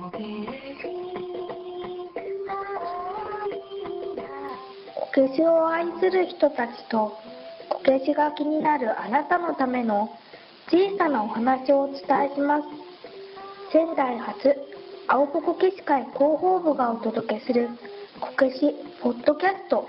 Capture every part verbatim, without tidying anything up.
こけしを愛する人たちとこけしが気になるあなたのための小さなお話をお伝えします。仙台発青穂こけし会広報部がお届けするこけしポッドキャスト。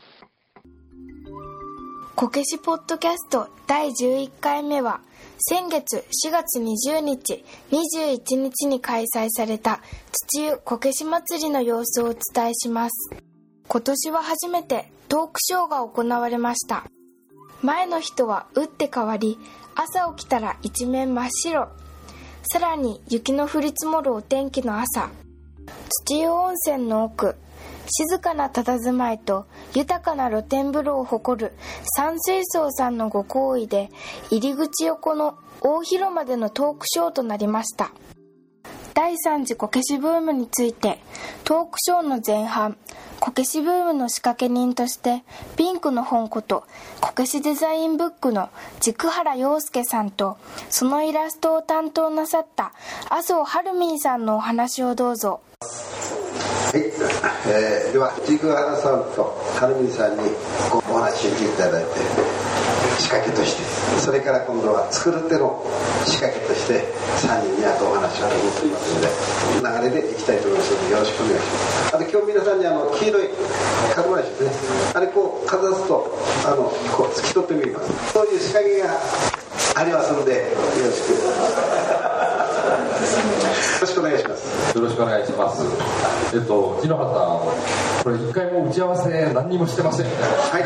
こけしポッドキャストだいじゅういっかいめは先月しがつにじゅうにち、にじゅういちにちに開催された土湯こけし祭りの様子をお伝えします。今年は初めてトークショーが行われました。前の日とは打って変わり、朝起きたら一面真っ白。さらに雪の降り積もるお天気の朝、土湯温泉の奥、静かな佇まいと豊かな露天風呂を誇る山水荘さんのご厚意で、入り口横の大広間でのトークショーとなりました。だいさん次こけしブームについて、トークショーの前半、こけしブームの仕掛け人としてピンクの本ことこけしデザインブックの軸原陽介さんと、そのイラストを担当なさった麻生晴美さんのお話をどうぞ。 はい、えー、では軸原さんと晴美さんにお話を聞いていただいて、仕掛けとして、それから今度は作る手の仕掛けとしてさんにんにあとお話を伺っていますので、流れでいきたいと思いますのでよろしくお願いします。あと今日皆さんにあの黄色い門林ですね、あれこうかざすとあのこう突き取ってみます。そういう仕掛けがありますのでよろしくよろしくお願いします。 よろしくお願いします。えっと木野原さん、これ一回も打ち合わせ何にもしてません。 はい、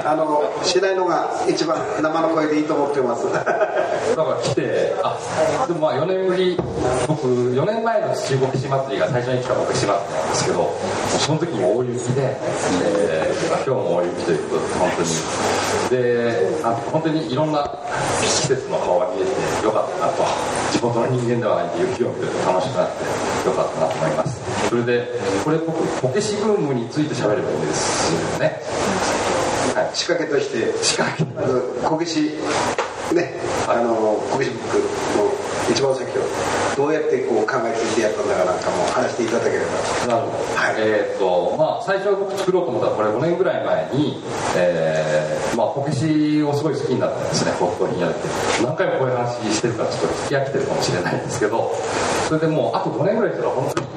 あのしないのが一番生の声でいいと思ってます。 だから来て、あ、でもまあよねんぶり、僕よねんまえの土こけし祭りが最初に来たこけし祭りなんですけど、その時も大雪で、えー、今日も大雪ということで本当にで、あ本当にいろんな季節の顔が見えてよかったなと、地元の人間ではないんで雪を見ると楽しくなってよかったなと思います。それでこれ僕こけしブームについて喋ればいいんですよね。 はい、仕掛けとして仕掛けこけしね、あのこけしブックの一番先をどうやってこう考えていてやったんだかなんかも話していただければ。 なるほど。はい、えー、っとまあ最初僕作ろうと思ったらこれごねんぐらい前に、えー、まあこけしをすごい好きになったんですね。骨董品やって何回もこういう話してるからちょっと聞き飽きてるかもしれないんですけど、それでもうあとごねんぐらいしたら本当に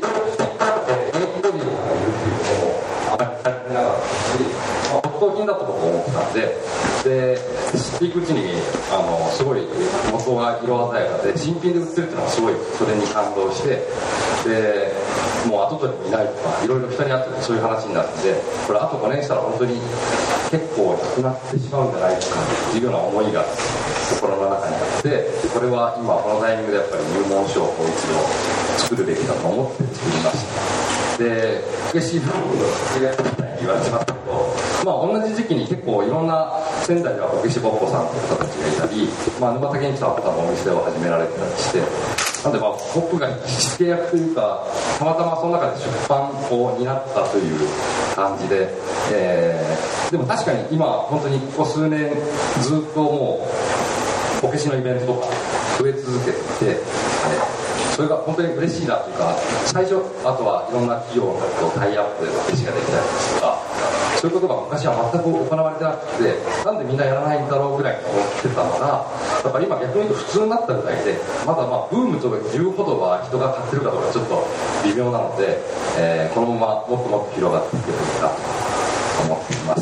骨董品だと僕思ってたんで、で知っていくうちにあのすごい元が色鮮やかで新品で売ってるっていうのがすごいそれに感動して、でもう後取りもいないとかいろいろ人に会ってそういう話になって、これあとごねんしたら本当に結構なくなってしまうんじゃないかっていうような思いが心の中にあって、これは今このタイミングでやっぱり入門書をもう一度作るべきだと思って作りました。でこけしブームの言われてますけど、まあ、同じ時期に結構いろんな仙台ではこけしぼっこさんという方たちがいたり、まあ、沼竹に来た方もお店を始められてたりして、なんでまあ僕が火付け役というかたまたまその中で出版を担ったという感じで、えー、でも確かに今本当にここ数年ずっともうこけしのイベントとか増え続けていて、えーそれが本当に嬉しいなというか、最初あとはいろんな企業とタイアップでこけしができたりですとか、そういうことが昔は全く行われてなくて、なんでみんなやらないんだろうぐらいに思ってたのが、だから今逆に言うと普通になったぐらいで、まだまあブームというほどは人が買ってるかどうかちょっと微妙なので、えー、このままもっともっと広がっていけばいいかと思っています。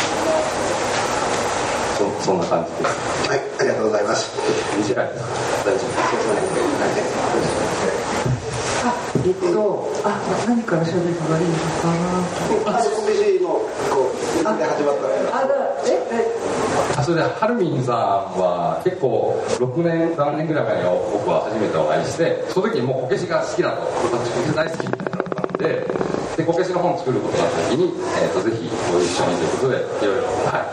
そ, そんな感じです。 はい、ありがとうございます。 短いですか？大丈夫です。 あ、えっと、あ、何から喋ればいいのかな。 あ、こけしのこうで始まった。 あ、だ、え、え。 あ、それでハルミンさんは結構ろくねんななねんぐらい前に僕は初めてお会いして、その時にもうこけしが好きだと、私こけし大好きみたいなのだったんで、でこけしの本作ることがあった時に、えー、とぜひご一緒にということでいろいろ、はい、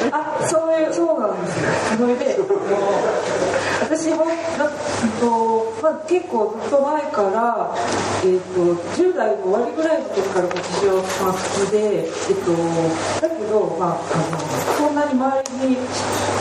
あ、そういうそうなんですよ。それで私もなと、まあ、結構ずっと前から、えー、とじゅう代の終わりぐらいの時からこけしを、まあ、好きで、えー、とだけど、まあ、あのそんなに周りに知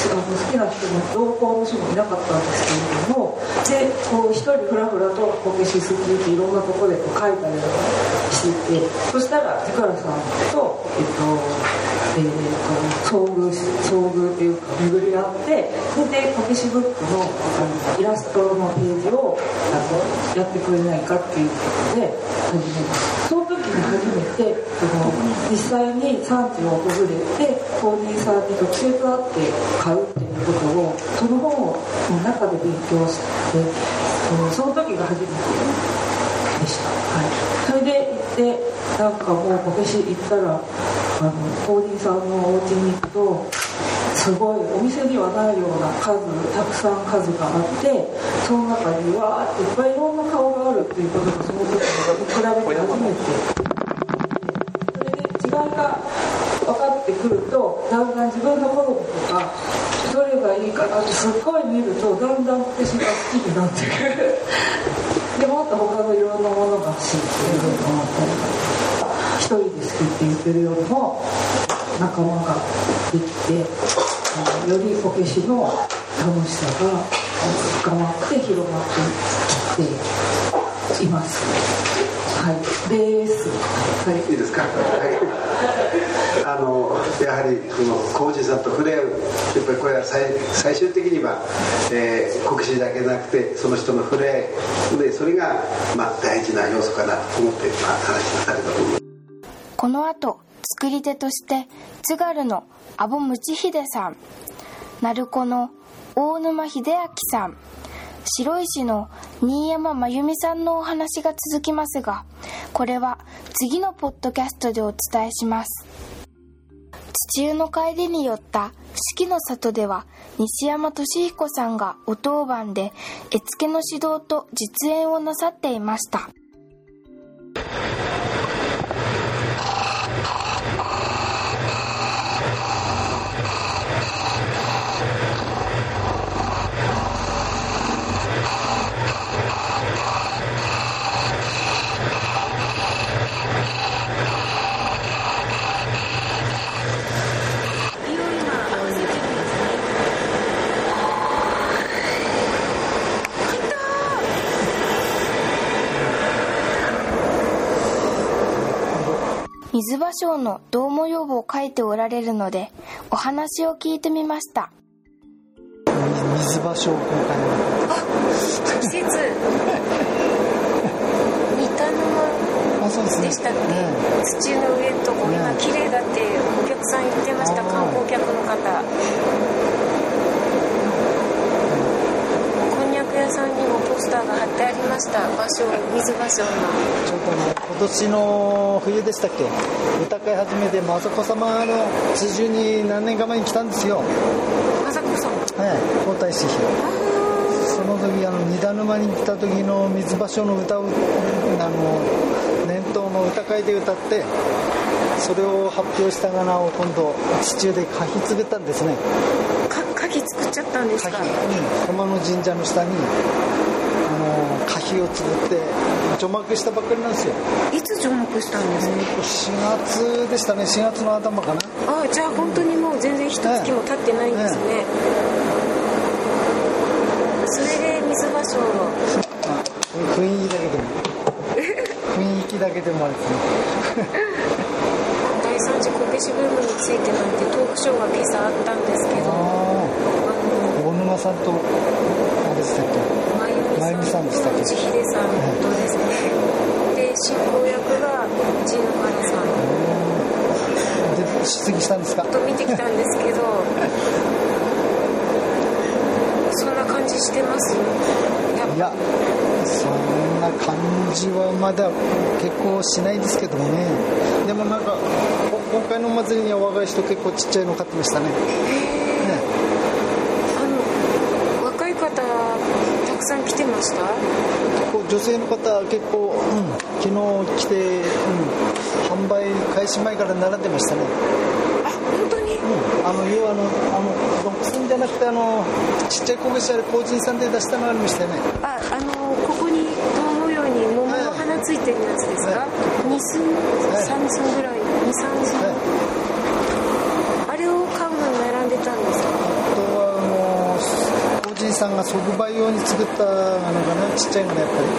好きな人も同行の人もいなかったんですけれども、でこう一人ふらふらとこけし好きっていろんなところでこう書いたりとかしていて、そしたら手倉さんと、えっとえー、と遭遇遭遇というか巡り合って、それでこけしブック の, あのイラストのページをあのやってくれないかっていうことで始めます。その時に初めてその実際に産地を訪れて工人さんに直接会って買うっていうことをその本の中で勉強して、その時が初めてでした。はい、それで行ってなんかもうこけし行ったらあの工人さんのお家に行くとすごいお店にはないような数たくさん数があって、その中にわーっていっぱいいろんな顔があるっていうことがその時に比べて初めて、それで違いが分かってくるとだんだん自分の好みとかどれがいいかなってすっごい見るとだんだんこけしが好きになってくるでもっと他のいろんなものが欲しいっていうふうに思ったりとか、一人で好きって言ってるよりも仲間ができて、よりこけしの楽しさが深まって広まっていっています。はいです。 はい、いいですか。はい。あのやはりこの工事さんと触れ合う、やっぱりこれは 最, 最終的には、えー、こけしだけじゃなくてその人の触れ合いで、それがまあ大事な要素かなと思って、まあ、話しされたと思います。 この後作り手として津軽の阿保睦秀さん、鳴子の大沼秀明さん、白石の新山真由美さんのお話が続きますが、これは次のポッドキャストでお伝えします。土湯の帰りに寄った四季の里では西山俊彦さんがお当番で絵付けの指導と実演をなさっていました。水芭蕉の胴模様を描いておられるのでお話を聞いてみました。 水芭蕉今回の季節三田沼でしたっけ、ね、土の上のとこ今綺麗だってお客さん言ってました。観光客の方、こんにゃく屋さんにもポスターが貼ってありました。芭蕉、水芭蕉のちょっとね、今年の冬でしたっけ、歌会始めて雅子様の地中に何年か前に来たんですよ。 雅子様、 はい、皇太子妃。その時あの二段沼に来た時の水芭蕉の歌をあの年頭の歌会で歌って、それを発表したがなを今度地中で書き継げたんですね。 か書き作っちゃったんですか。 駒の神社の下にあの歌碑を作って除幕したばっかりなんですよ。 いつ除幕したんですか。 しがつでしたね。しがつの頭かな。 ああ、じゃあ本当にもう全然一月も経ってないんですね、ね。それで水芭蕉の雰囲気だけでも雰囲気だけでもあれですね第三次こけしブームについてなんてトークショーが今朝あったんですけど、 大沼さんとあれでしたっけ、 真由美さんと千秀さんとですね、で進行役が陣原さんで出席したんですかと見てきたんですけどそんな感じしてます。やっぱいや、 そんな感じはまだ結構しないですけどもね。でもなんか今回のお祭りには若い人結構ちっちゃいの買ってましたね。ね、 あの若い方たくさん来てました。 女性の方結構、うん、昨日来て、うん、販売開始前から並んでましたね。 あ、本当に、 うん、あの要はあのあのロックスンじゃなくてあのちっちゃいこけしあれ工人さんで出したのがありましたよね。 あ、あのここに胴模様に桃の花ついてるやつですか。に寸、さん寸ぐらい、に、さん寸、はい、あれを買うのに並んでたんですか。 あとはさんが即売用に作ったのかな、ちっちゃいのがやっぱり、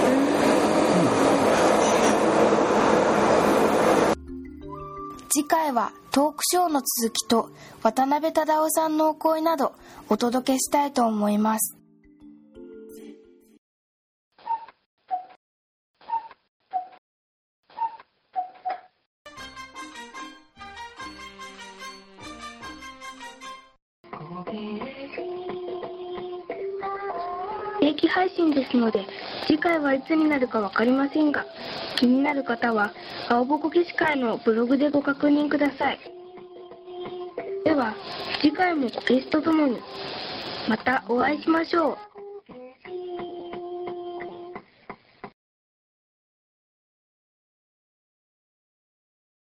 うん、次回はトークショーの続きと渡辺忠夫さんのお声などお届けしたいと思います。 定期配信ですので、次回はいつになるか分かりませんが、気になる方は青ぼこけし会のブログでご確認ください。では次回もこけしとともにまたお会いしましょう。